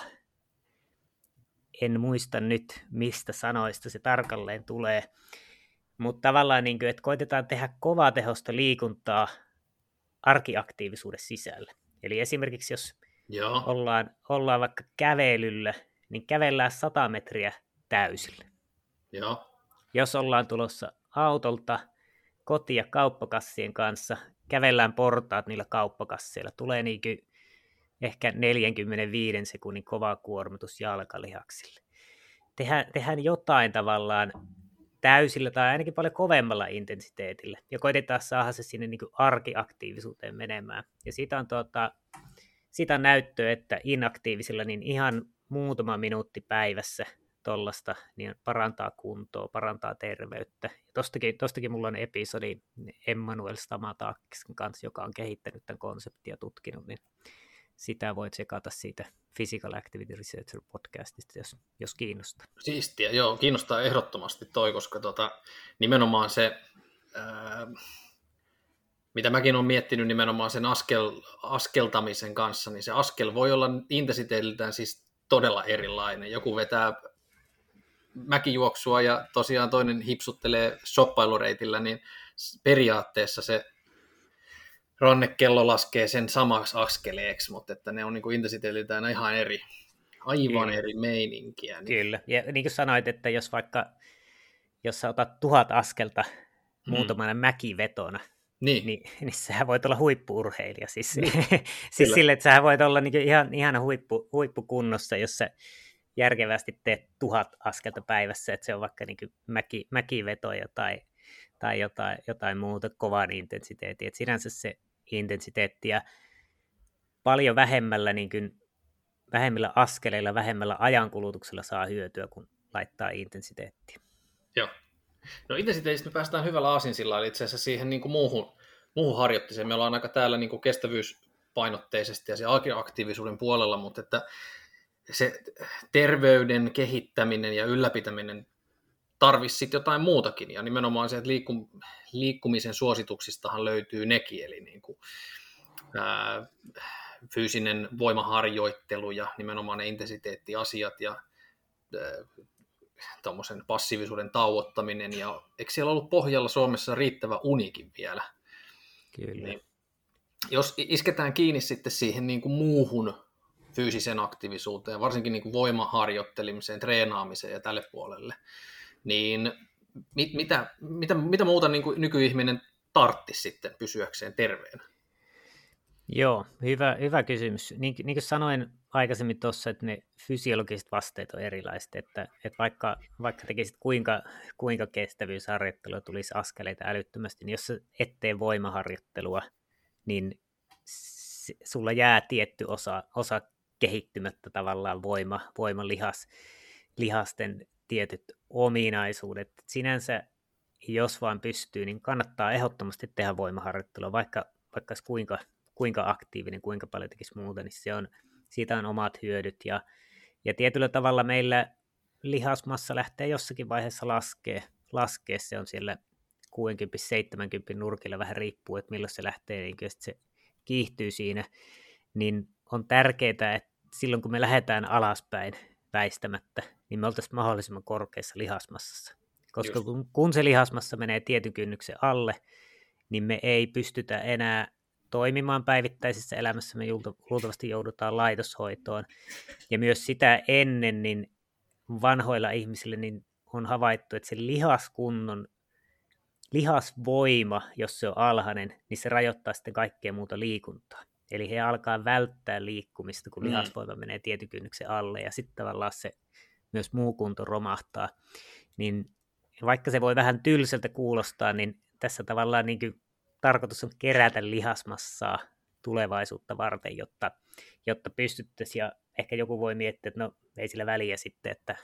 En muista nyt, mistä sanoista se tarkalleen tulee. Mutta tavallaan, niin kuin, että koitetaan tehdä kovatehosta liikuntaa arkiaktiivisuuden sisällä. Eli esimerkiksi jos ollaan vaikka kävelyllä, niin kävellään 100 metriä täysillä. Jos ollaan tulossa autolta kotia kauppakassien kanssa, kävellään portaat niillä kauppakasseilla. Tulee niin kuin ehkä 45 sekunnin kova kuormitus jalkalihaksille. Tehdään jotain tavallaan täysillä tai ainakin paljon kovemmalla intensiteetillä. Ja koitetaan saada se sinne niin kuin arkiaktiivisuuteen menemään. Ja siitä on näyttöä, että inaktiivisilla niin ihan muutama minuutti päivässä tollasta, niin parantaa kuntoa, parantaa terveyttä. Tostakin mulla on episodi Emmanuel Stamatakis kanssa, joka on kehittänyt tämän konseptin ja tutkinut, niin sitä voit tsekata siitä Physical Activity Researcher podcastista, jos kiinnostaa. Siistiä, joo, kiinnostaa ehdottomasti toi, koska nimenomaan se, mitä mäkin olen miettinyt nimenomaan sen askeltamisen kanssa, niin se askel voi olla intensiteetiltään siis todella erilainen. Joku vetää mäkijuoksua ja tosiaan toinen hipsuttelee shoppailureitillä, niin periaatteessa se rannekello laskee sen samaksi askeleeksi, mutta että ne on niin kuin intensiteetiltään ihan aivan eri meininkiä. Niin. Kyllä, ja niin kuin sanoit, että jos sä otat 1000 askelta muutamana mäkivetona, niin sähän voit olla huippu-urheilija. Siis sille, että sähän voit olla niin ihan huippukunnossa, jos sä järkevästi teet 1000 askelta päivässä, että se on vaikka niin mäkivetoja tai jotain muuta kovan intensiteettiä. Et sinänsä se intensiteetti ja paljon vähemmillä askeleilla, vähemmällä ajankulutuksella saa hyötyä, kun laittaa intensiteettiä. Joo. No intensiteetistä me päästään hyvällä aasinsilla, eli itse asiassa siihen niin kuin muuhun harjoitteeseen. Me ollaan aika täällä niin kuin kestävyyspainotteisesti ja se aktiivisuuden puolella, mutta että se terveyden kehittäminen ja ylläpitäminen tarvitsisi sitten jotain muutakin, ja nimenomaan se, että liikkumisen suosituksistahan löytyy nekin, eli niin kuin, fyysinen voimaharjoittelu ja nimenomaan ne intensiteettiasiat ja tuommoisen passiivisuuden tauottaminen, ja eikö siellä ollut pohjalla Suomessa riittävä unikin vielä? Kyllä. Niin, jos isketään kiinni sitten siihen niin kuin muuhun fyysiseen aktiivisuuteen, varsinkin niin kuin voimaharjoittelemiseen, treenaamiseen ja tälle puolelle, niin mitä muuta niin kuin nykyihminen tarttisi sitten pysyäkseen terveenä? Joo, hyvä kysymys. Niin kuin sanoin aikaisemmin tuossa, että ne fysiologiset vasteet on erilaiset, että vaikka tekisit kuinka kestävyysharjoittelua tulisi askeleita älyttömästi, niin jos sä et tee voimaharjoittelua, niin sulla jää tietty osa kehittymättä tavallaan lihasten tietyt ominaisuudet. Sinänsä, jos vaan pystyy, niin kannattaa ehdottomasti tehdä voimaharjoittelua, vaikka kuinka aktiivinen, kuinka paljon tekisi muuta, niin siitä on omat hyödyt. Ja tietyllä tavalla meillä lihasmassa lähtee jossakin vaiheessa laskea. Se on siellä 60-70 nurkilla, vähän riippuu, että milloin se lähtee, niin se kiihtyy siinä. Niin on tärkeää, että silloin kun me lähdetään alaspäin väistämättä, niin me oltaisiin mahdollisimman korkeassa lihasmassassa. Koska kun se lihasmassa menee tietyn kynnyksen alle, niin me ei pystytä enää toimimaan päivittäisessä elämässä, me luultavasti joudutaan laitoshoitoon. Ja myös sitä ennen, niin vanhoilla ihmisillä niin on havaittu, että se lihasvoima, jos se on alhainen, niin se rajoittaa sitten kaikkea muuta liikuntaa. Eli he alkaa välttää liikkumista, kun lihasvoima menee tietyn kynnyksen alle, ja sitten tavallaan se myös muu kunto romahtaa. Niin vaikka se voi vähän tylsältä kuulostaa, niin tässä tavallaan niin kuin tarkoitus on kerätä lihasmassaa tulevaisuutta varten, jotta pystyttäisiin, ja ehkä joku voi miettiä, että no ei sillä väliä sitten, että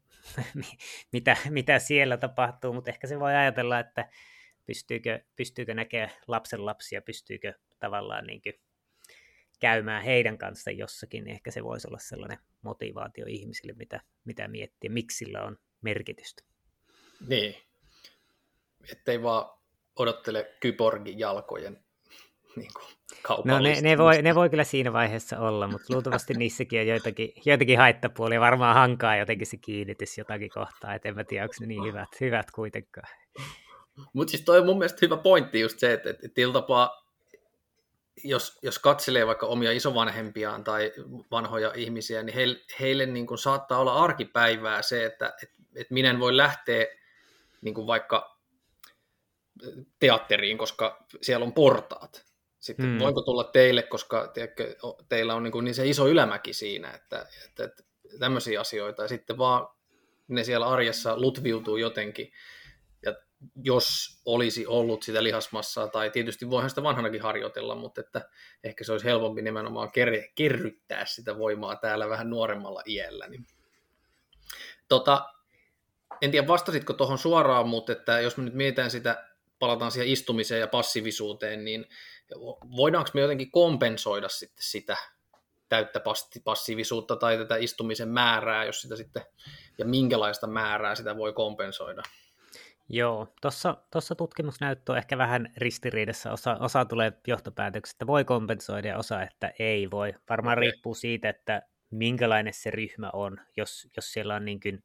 mitä siellä tapahtuu, mutta ehkä se voi ajatella, että pystyykö näkemään lapsenlapsia, pystyykö tavallaan niin kuin käymään heidän kanssa jossakin, niin ehkä se voisi olla sellainen motivaatio ihmisille, mitä miettiä, miksi sillä on merkitystä. Niin, ettei vaan odottele kyborgin jalkojen niin kaupallistamista. No ne voi kyllä siinä vaiheessa olla, mutta luultavasti niissäkin on joitakin haittapuolia, varmaan hankaa jotenkin se kiinnitys jotakin kohtaa, et en mä tiedä, onko ne niin hyvät kuitenkaan. Mutta siis toi on mun mielestä hyvä pointti just se, että tapaa, jos katselee vaikka omia isovanhempiaan tai vanhoja ihmisiä, niin heille niin kuin saattaa olla arkipäivää se, että minä en voi lähteä niin kuin vaikka teatteriin, koska siellä on portaat. Sitten voinko tulla teille, koska teillä on niin se iso ylämäki siinä, että tämmöisiä asioita. Ja sitten vaan ne siellä arjessa lutviutuu jotenkin. Ja jos olisi ollut sitä lihasmassaa, tai tietysti voihan sitä vanhanakin harjoitella, mutta että ehkä se olisi helpompi nimenomaan kerryttää sitä voimaa täällä vähän nuoremmalla iällä. Tota, en tiedä, vastasitko tuohon suoraan, mutta että jos me nyt mietitään sitä, palataan siihen istumiseen ja passiivisuuteen, niin voidaanko me jotenkin kompensoida sitten sitä täyttä passiivisuutta tai tätä istumisen määrää, jos sitä sitten, ja minkälaista määrää sitä voi kompensoida? Joo, tuossa tutkimusnäyttö on ehkä vähän ristiriidassa. Osa tulee johtopäätöksestä, että voi kompensoida ja osa, että ei voi. Varmaan riippuu siitä, että minkälainen se ryhmä on. Jos siellä on niin kuin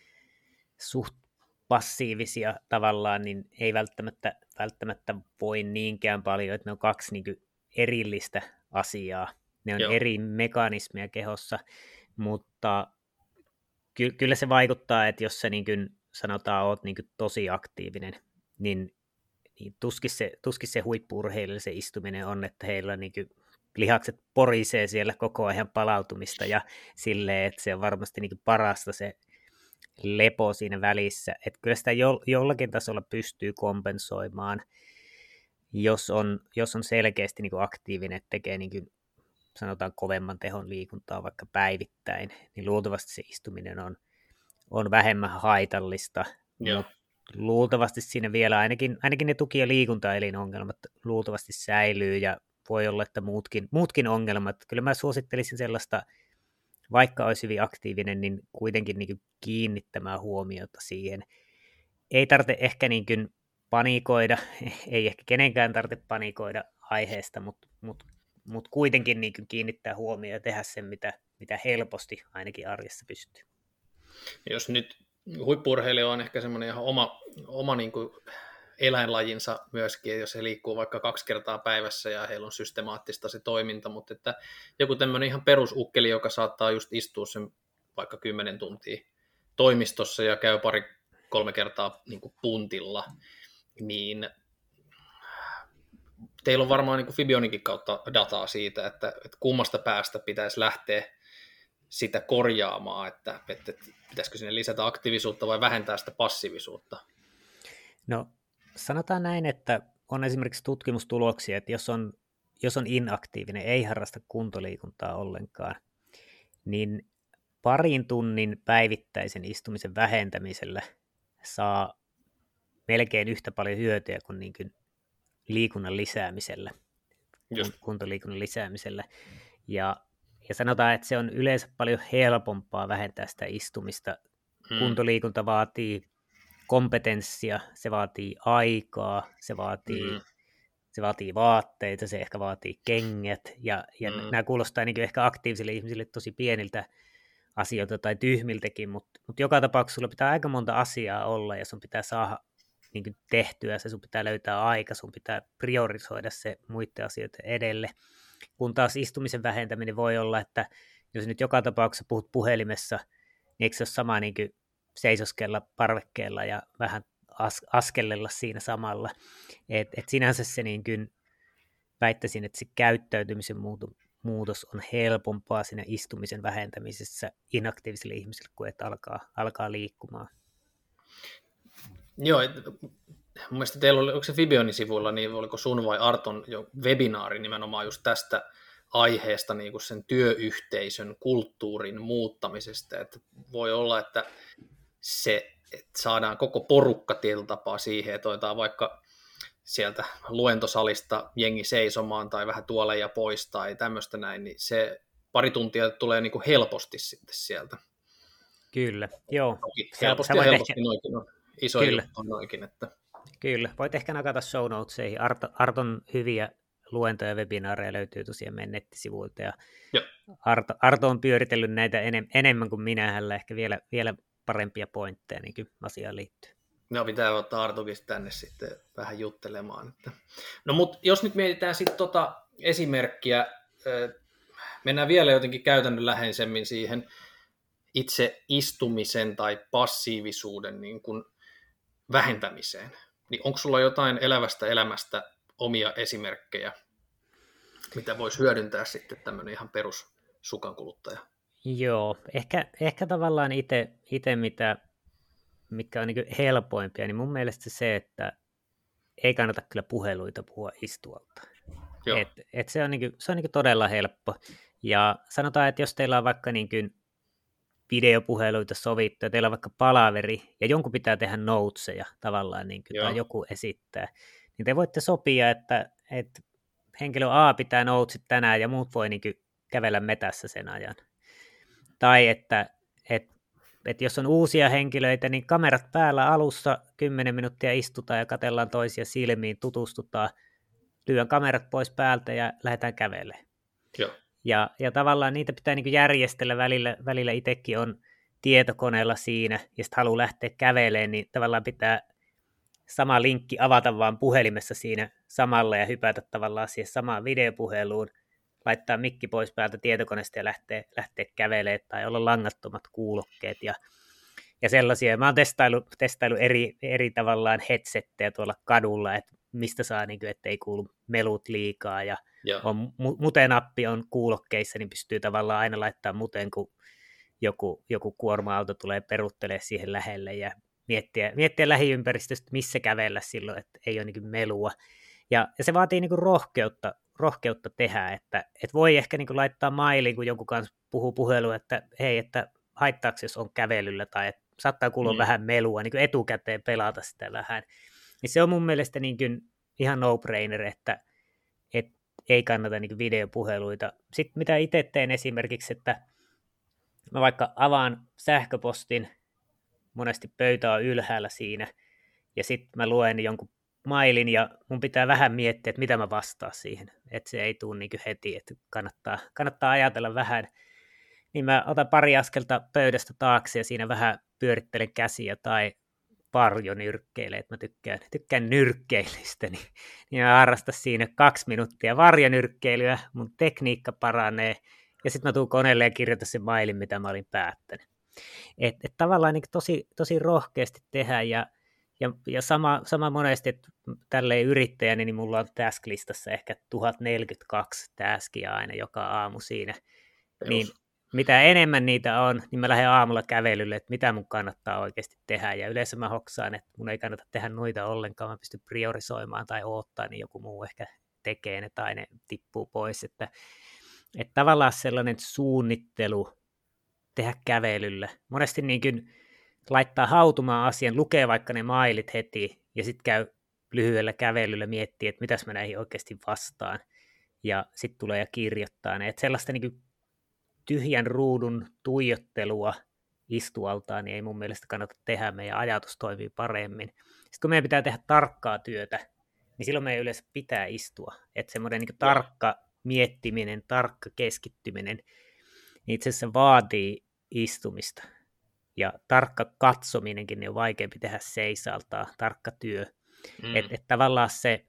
suht passiivisia tavallaan, niin ei välttämättä voi niinkään paljon, että ne on kaksi niin kuin erillistä asiaa. Ne on eri mekanismeja kehossa, mutta kyllä se vaikuttaa, että jos sä niin kuin sanotaan, oot niin kuin tosi aktiivinen, niin tuskin se huippu-urheilijalle se istuminen on, että heillä niin kuin lihakset porisee siellä koko ajan palautumista ja silleen, että se on varmasti niin kuin parasta se lepo siinä välissä. Että kyllä sitä jollakin tasolla pystyy kompensoimaan, jos on selkeästi niin kuin aktiivinen, että tekee niin kuin sanotaan kovemman tehon liikuntaa vaikka päivittäin, niin luultavasti se istuminen on vähemmän haitallista, mutta luultavasti siinä vielä ainakin ne tuki- ja liikuntaelinongelmat luultavasti säilyy ja voi olla, että muutkin ongelmat. Kyllä mä suosittelisin sellaista, vaikka olisi hyvin aktiivinen, niin kuitenkin niin kuin kiinnittämään huomiota siihen. Ei tarvitse ehkä niin kuin panikoida, ei ehkä kenenkään tarvitse panikoida aiheesta, mutta kuitenkin niin kuin kiinnittää huomioon ja tehdä sen, mitä helposti ainakin arjessa pystyy. Jos nyt huippu-urheilija on ehkä semmoinen ihan oma niin kuin eläinlajinsa myöskin, jos he liikkuu vaikka 2 kertaa päivässä ja heillä on systemaattista se toiminta, mutta että joku tämmöinen ihan perusukkeli, joka saattaa just istua sen vaikka 10 tuntia toimistossa ja käy 2-3 kertaa niin kuin puntilla, niin teillä on varmaan niin kuin Fibioninkin kautta dataa siitä, että kummasta päästä pitäisi lähteä sitä korjaamaan, että pitäisikö sinne lisätä aktiivisuutta vai vähentää sitä passiivisuutta? No sanotaan näin, että on esimerkiksi tutkimustuloksia, että jos on inaktiivinen, ei harrasta kuntoliikuntaa ollenkaan, niin 2 tunnin päivittäisen istumisen vähentämisellä saa melkein yhtä paljon hyötyä kuin, liikunnan lisäämisellä, kuntoliikunnan lisäämisellä. Ja sanotaan, että se on yleensä paljon helpompaa vähentää sitä istumista. Kuntoliikunta vaatii kompetenssia, se vaatii aikaa, se vaatii vaatteita, se ehkä vaatii kengät, ja nämä kuulostaa niin ehkä aktiivisille ihmisille tosi pieniltä asioita tai tyhmiltäkin, mutta joka tapauksessa sulla pitää aika monta asiaa olla, ja sun pitää saada niin kuin tehtyä se, sun pitää löytää aika, sun pitää priorisoida se muiden asioiden edelle, kun taas istumisen vähentäminen voi olla, että jos nyt joka tapauksessa puhut puhelimessa, niin eikö se ole sama niin kuin seisoskella parvekkeella ja vähän askellella siinä samalla. Et sinänsä se niin kuin väittäisin, että se käyttäytymisen muutos on helpompaa siinä istumisen vähentämisessä inaktiivisille ihmisille, kuin että alkaa liikkumaan. Joo, mun mielestä teillä oli, onko se Fibionin sivuilla, niin oliko sun vai Arton jo webinaari nimenomaan just tästä aiheesta, niin kuin sen työyhteisön kulttuurin muuttamisesta, että voi olla, että saadaan koko porukka tietyllä tapaa siihen, että otetaan vaikka sieltä luentosalista jengi seisomaan tai vähän tuoleja pois tai tämmöistä näin, niin se 2 tuntia tulee niin kuin helposti sitten sieltä. Kyllä, joo. Helposti ja helposti noikin on iso juttu noikin. Että. Kyllä, voit ehkä nakata show notesihin. Arton hyviä luentoja ja webinaareja löytyy tosiaan meidän nettisivuilta, ja Arto on pyöritellyt näitä enemmän kuin minä, hänellä ehkä vielä parempia pointteja niin asiaan liittyy. No pitää ottaa Artokin tänne sitten vähän juttelemaan. No mutta jos nyt mietitään sitten esimerkkiä, mennään vielä jotenkin käytännönläheisemmin siihen itse istumisen tai passiivisuuden niin kuin vähentämiseen. Niin onko sulla jotain elävästä elämästä omia esimerkkejä, mitä voisi hyödyntää sitten tämmöinen ihan perussukankuluttaja? Joo, ehkä tavallaan itse mitkä on niin helpoimpia, niin mun mielestä se, että ei kannata kyllä puheluita puhua istualta. Se on todella helppo. Ja sanotaan, että jos teillä on vaikka videopuheluita sovittu, ja teillä on vaikka palaveri, ja jonkun pitää tehdä noteseja tavallaan, niin kuin, tai joku esittää, niin te voitte sopia, että henkilö A pitää notesit tänään, ja muut voi niin kuin kävellä metässä sen ajan. Tai että jos on uusia henkilöitä, niin kamerat päällä alussa 10 minuuttia istutaan ja katsellaan toisia silmiin, tutustutaan, lyön kamerat pois päältä ja lähdetään kävelemään. Joo. Ja tavallaan niitä pitää niin kuin järjestellä välillä itsekin on tietokoneella siinä, ja sitten haluaa lähteä kävelemään, niin tavallaan pitää sama linkki avata vaan puhelimessa siinä samalla ja hypätä tavallaan siihen samaan videopuheluun, laittaa mikki pois päältä tietokoneesta ja lähteä kävelemään tai olla langattomat kuulokkeet ja sellaisia. Mä oon testaillut eri tavallaan headsettejä tuolla kadulla, että mistä saa, niin kuin, ettei kuulu melut liikaa ja on mute-nappi on kuulokkeissa, niin pystyy tavallaan aina laittamaan muten, kun joku kuorma-auto tulee peruttelemaan siihen lähelle ja miettiä lähiympäristöstä, missä kävellä silloin, että ei ole niin kuin melua. Ja se vaatii niin kuin rohkeutta tehdä, että voi ehkä niin kuin laittaa mailiin, kun jonkun kanssa puhuu puhelua, että hei, että haittaako jos on kävelyllä tai että saattaa kuulua vähän melua, niin kuin etukäteen pelata sitä vähän. Niin se on mun mielestä niin kuin ihan no-brainer, että ei kannata niin kuin videopuheluita. Sitten mitä itse teen esimerkiksi, että mä vaikka avaan sähköpostin, monesti pöytä on ylhäällä siinä, ja sitten mä luen jonkun mailin, ja mun pitää vähän miettiä, että mitä mä vastaan siihen, että se ei tule niin kuin heti, että kannattaa ajatella vähän. Niin mä otan pari askelta pöydästä taakse, ja siinä vähän pyörittelen käsiä tai varjonyrkkeilee, että mä tykkään nyrkkeilystä, niin mä harrastan siinä 2 minuuttia varjonyrkkeilyä, mun tekniikka paranee, ja sitten mä tuun koneelle ja kirjoitan sen mailin, mitä mä olin päättänyt. Et tavallaan niin tosi rohkeasti tehdä, ja sama monesti, että tälleen yrittäjänä, niin mulla on task-listassa ehkä 1042 taskia aina joka aamu siinä, niin mitä enemmän niitä on, niin mä lähden aamulla kävelylle, että mitä mun kannattaa oikeasti tehdä, ja yleensä mä hoksaan, että mun ei kannata tehdä noita ollenkaan, mä pystyn priorisoimaan tai odottaa, niin joku muu ehkä tekee ne tai ne tippuu pois, että tavallaan sellainen suunnittelu tehdä kävelyllä, monesti niin kuin laittaa hautumaan asian, lukee vaikka ne mailit heti, ja sitten käy lyhyellä kävelyllä miettiä, että mitäs mä näihin oikeasti vastaan, ja sitten tulee ja kirjoittaa ne, että sellaista niin kuin tyhjän ruudun tuijottelua istualtaan, niin ei mun mielestä kannata tehdä, meidän ajatus toimii paremmin. Sitten kun meidän pitää tehdä tarkkaa työtä, niin silloin meidän yleensä pitää istua. Että semmoinen niin tarkka miettiminen, tarkka keskittyminen, niin itse asiassa vaatii istumista. Ja tarkka katsominenkin niin on vaikeampi tehdä seisaltaan, tarkka työ. Että tavallaan se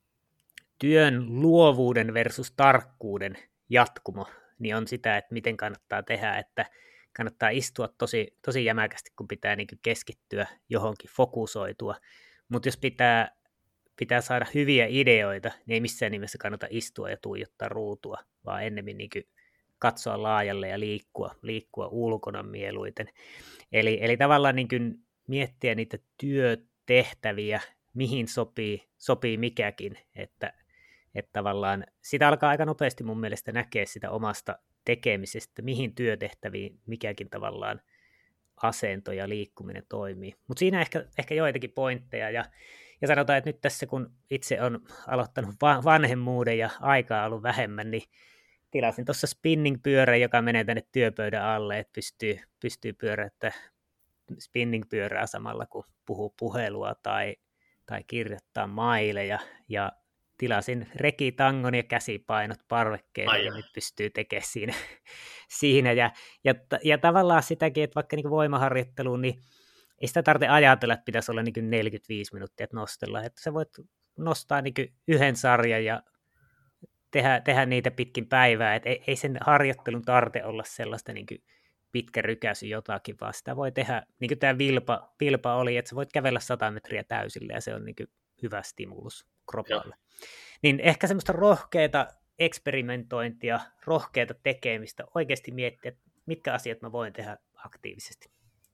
työn luovuuden versus tarkkuuden jatkumo, niin on sitä, että miten kannattaa tehdä, että kannattaa istua tosi jämäkästi, kun pitää niin kuin keskittyä johonkin, fokusoitua. Mutta jos pitää saada hyviä ideoita, niin ei missään nimessä kannata istua ja tuijottaa ruutua, vaan ennemmin niin kuin katsoa laajalle ja liikkua ulkona mieluiten. Eli tavallaan niin kuin miettiä niitä työtehtäviä, mihin sopii mikäkin, että tavallaan sitä alkaa aika nopeasti mun mielestä näkeä sitä omasta tekemisestä, mihin työtehtäviin mikäkin tavallaan asento ja liikkuminen toimii. Mutta siinä ehkä joitakin pointteja, ja sanotaan, että nyt tässä kun itse on aloittanut vanhemmuuden ja aikaa ollut vähemmän, niin tilasin tuossa spinning-pyörän, joka menee tänne työpöydän alle, että pystyy pyöräyttämään spinning-pyörää samalla, kun puhuu puhelua tai kirjoittaa maileja, ja tilasin rekitangon ja käsipainot parvekkeelle, ja nyt pystyy tekemään siinä. Ja tavallaan sitäkin, että vaikka niin voimaharjoitteluun, niin ei sitä tarvitse ajatella, että pitäisi olla niin 45 minuuttia, että nostellaan. Että sä voit nostaa niin yhden sarjan ja tehdä niitä pitkin päivää. Että ei sen harjoittelun tarvitse olla sellaista niin pitkä rykäisy jotakin, vaan sitä voi tehdä, niin kuin tämä vilpa oli, että sä voit kävellä 100 metriä täysillä, ja se on niin hyvä stimulus kropalle. Niin ehkä semmoista rohkeata eksperimentointia, rohkeata tekemistä, oikeasti miettiä, että mitkä asiat mä voin tehdä aktiivisesti.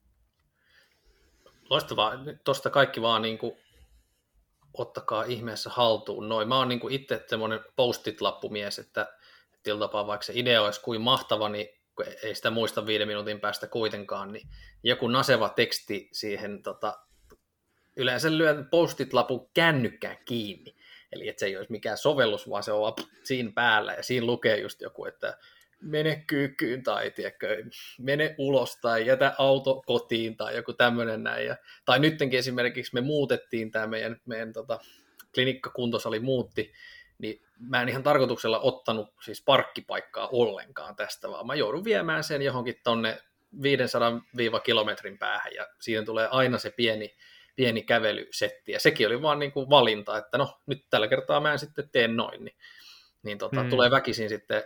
Loistavaa. Tuosta kaikki vaan niin kuin, ottakaa ihmeessä haltuun noin. Mä oon niin itse semmoinen post-it-lappumies, että tietyllä tapaa vaikka se idea olisi kuin mahtava, niin kun ei sitä muista 5 minuutin päästä kuitenkaan, niin joku naseva teksti siihen, yleensä lyön post-it-lapun kännykkään kiinni. Eli että se ei olisi mikään sovellus, vaan se on vaan siinä päällä, ja siinä lukee just joku, että mene kyykkyyn, tai tiedätkö, mene ulos, tai jätä auto kotiin, tai joku tämmöinen näin. Tai nyttenkin esimerkiksi me muutettiin tämä meidän klinikkakuntosali muutti, niin mä en ihan tarkoituksella ottanut siis parkkipaikkaa ollenkaan tästä, vaan mä joudun viemään sen johonkin tonne 500-kilometrin päähän, ja siihen tulee aina se pieni kävelysetti, ja sekin oli vaan niin kuin valinta, että no nyt tällä kertaa mä en sitten tee noin, niin tulee väkisin sitten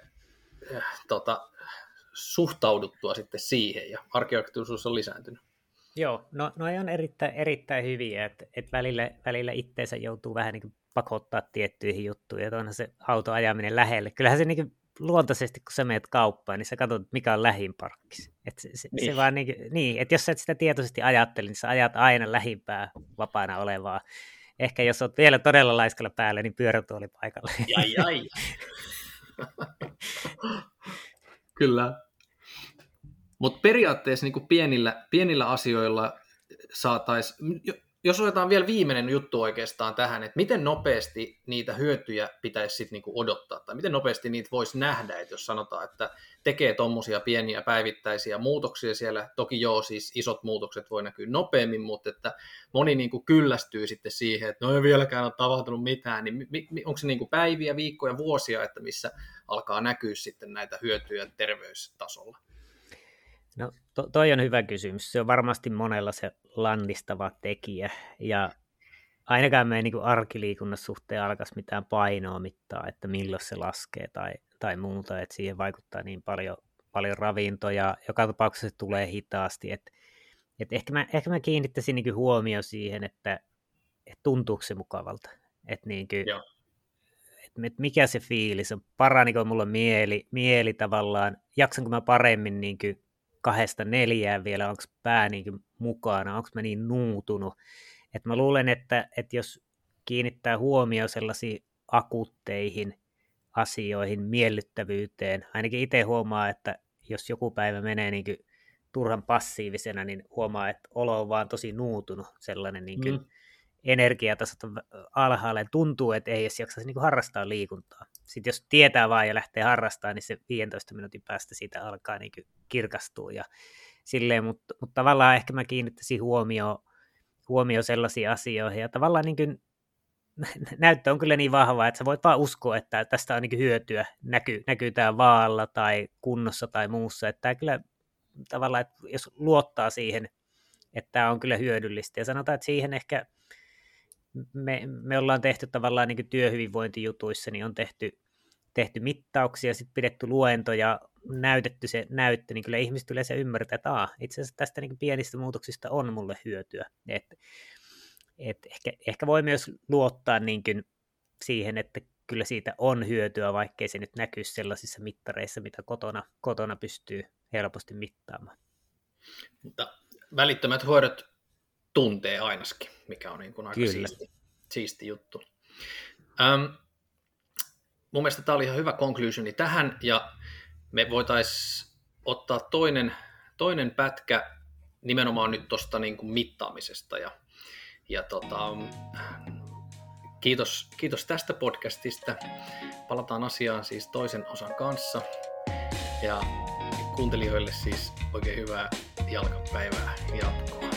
suhtauduttua sitten siihen, ja arkiaktiivisuus on lisääntynyt. Joo, no on erittäin hyviä, että välillä itteensä joutuu vähän niin kuin pakottaa tiettyihin juttuihin, että onhan se autoajaminen lähelle. Kyllähän se niin kuin luontaisesti, kun sä menet kauppaan, niin sä katsot, mikä on lähin parkkis. Niin. Se vaan niin, että jos sä et sitä tietoisesti ajattele, niin sä ajat aina lähimpää vapaana olevaa. Ehkä jos oot vielä todella laiskalla päällä, niin pyörätuoli paikalle. Jai. Kyllä. Mutta periaatteessa niin pienillä asioilla saataisiin, jos otetaan vielä viimeinen juttu oikeastaan tähän, että miten nopeasti niitä hyötyjä pitäisi sitten niin odottaa, tai miten nopeasti niitä voisi nähdä, että jos sanotaan, että tekee tuommoisia pieniä päivittäisiä muutoksia siellä, toki joo, siis isot muutokset voi näkyä nopeammin, mutta että moni niin kuin kyllästyy sitten siihen, että no ei vieläkään ole tapahtunut mitään, niin onko se niin kuin päiviä, viikkoja, vuosia, että missä alkaa näkyä sitten näitä hyötyjä terveystasolla? No toi on hyvä kysymys. Se on varmasti monella se lannistava tekijä, ja ainakaan me ei niin arkiliikunnassa suhteen alkaisi mitään painoa mittaa, että milloin se laskee tai muuta, että siihen vaikuttaa niin paljon ravintoja. Joka tapauksessa se tulee hitaasti, että ehkä mä kiinnittäisin niin huomioon siihen, että tuntuuko se mukavalta, että että mikä se fiilis on, paraniko mulla mieli tavallaan, jaksanko mä paremmin 2-4 vielä, onko pää mukana, onko mä niin nuutunut. Et mä luulen, että jos kiinnittää huomioon sellaisiin akuutteihin asioihin, miellyttävyyteen, ainakin itse huomaa, että jos joku päivä menee turhan passiivisena, niin huomaa, että olo on vaan tosi nuutunut, sellainen energiatasot on alhaalla ja tuntuu, että ei edes jaksaisi harrastaa liikuntaa. Sitten jos tietää vaan ja lähtee harrastamaan, niin se 15 minuutin päästä siitä alkaa kirkastua ja silleen, mutta tavallaan ehkä mä kiinnittäisin huomioon sellaisiin asioihin ja tavallaan näyttö on kyllä niin vahva, että sä voit vaan uskoa, että tästä on hyötyä, näkyy tää vaalla tai kunnossa tai muussa, että tämä kyllä tavallaan, että jos luottaa siihen, että tämä on kyllä hyödyllistä ja sanotaan, että siihen ehkä me ollaan tehty tavallaan työhyvinvointijutuissa, niin on tehty mittauksia, sitten pidetty luentoja, näytetty se näyttö, niin kyllä ihmiset yleensä ymmärtää, että itse asiassa tästä pienistä muutoksista on mulle hyötyä. Ehkä voi myös luottaa siihen, että kyllä siitä on hyötyä, vaikkei se nyt näkyisi sellaisissa mittareissa, mitä kotona pystyy helposti mittaamaan. Mutta välittömät hoidot tuntee ainakin, mikä on aika siisti juttu. Mun mielestä tämä oli ihan hyvä conclusioni tähän, ja me voitaisiin ottaa toinen pätkä nimenomaan nyt tuosta mittaamisesta. Kiitos tästä podcastista. Palataan asiaan siis toisen osan kanssa, ja kuuntelijoille siis oikein hyvää jalkapäivää jatkoa.